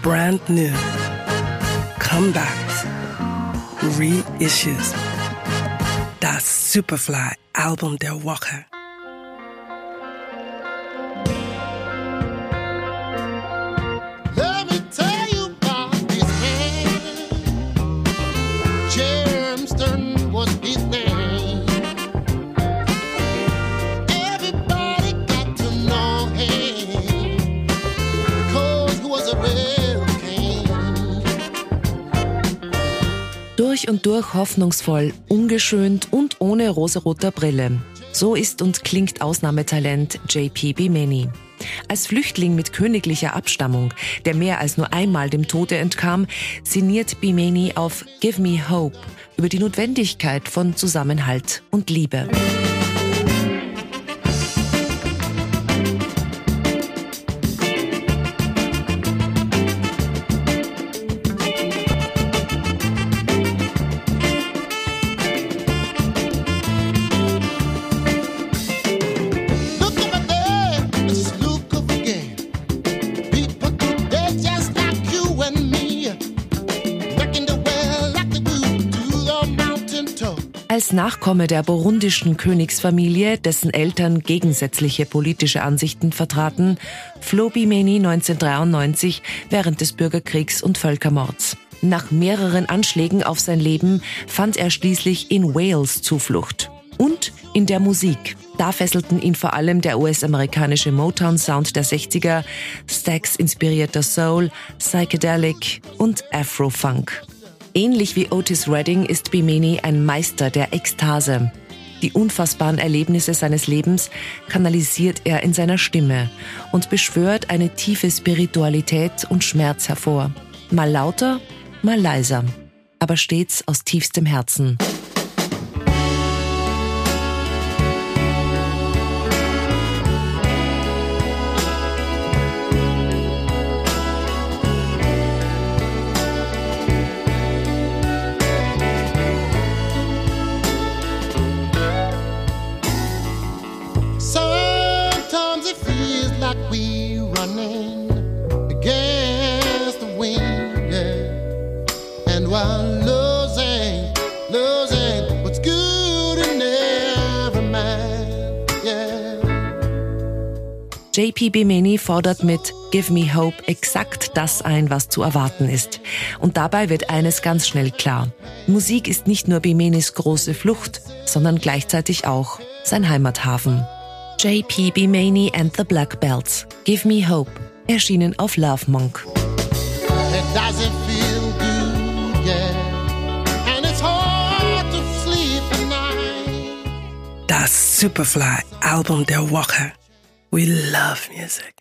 brand new, comebacks, reissues. Das Superfly-Album der Woche. Durch und durch hoffnungsvoll, ungeschönt und ohne rosaroter Brille. So ist und klingt Ausnahmetalent J.P. Bemeni. Als Flüchtling mit königlicher Abstammung, der mehr als nur einmal dem Tode entkam, sinniert Bemeni auf Give Me Hope über die Notwendigkeit von Zusammenhalt und Liebe. Als Nachkomme der burundischen Königsfamilie, dessen Eltern gegensätzliche politische Ansichten vertraten, floh Bemeni 1993 während des Bürgerkriegs und Völkermords. Nach mehreren Anschlägen auf sein Leben fand er schließlich in Wales Zuflucht. Und in der Musik. Da fesselten ihn vor allem der US-amerikanische Motown-Sound der 60er, Stax-inspirierter Soul, Psychedelic und Afro-Funk. Ähnlich wie Otis Redding ist Bemeni ein Meister der Ekstase. Die unfassbaren Erlebnisse seines Lebens kanalisiert er in seiner Stimme und beschwört eine tiefe Spiritualität und Schmerz hervor. Mal lauter, mal leiser, aber stets aus tiefstem Herzen. We running against the wind, yeah. And while losing what's good in every man, yeah. J.P. Bemeni fordert mit Give Me Hope exakt das ein, was zu erwarten ist. Und dabei wird eines ganz schnell klar. Musik ist nicht nur Bemenis große Flucht, sondern gleichzeitig auch sein Heimathafen. J.P. Bemeni and the Black Belts. Give Me Hope. Erschienen auf Love Monk. Das Superfly-Album der Woche. We love music.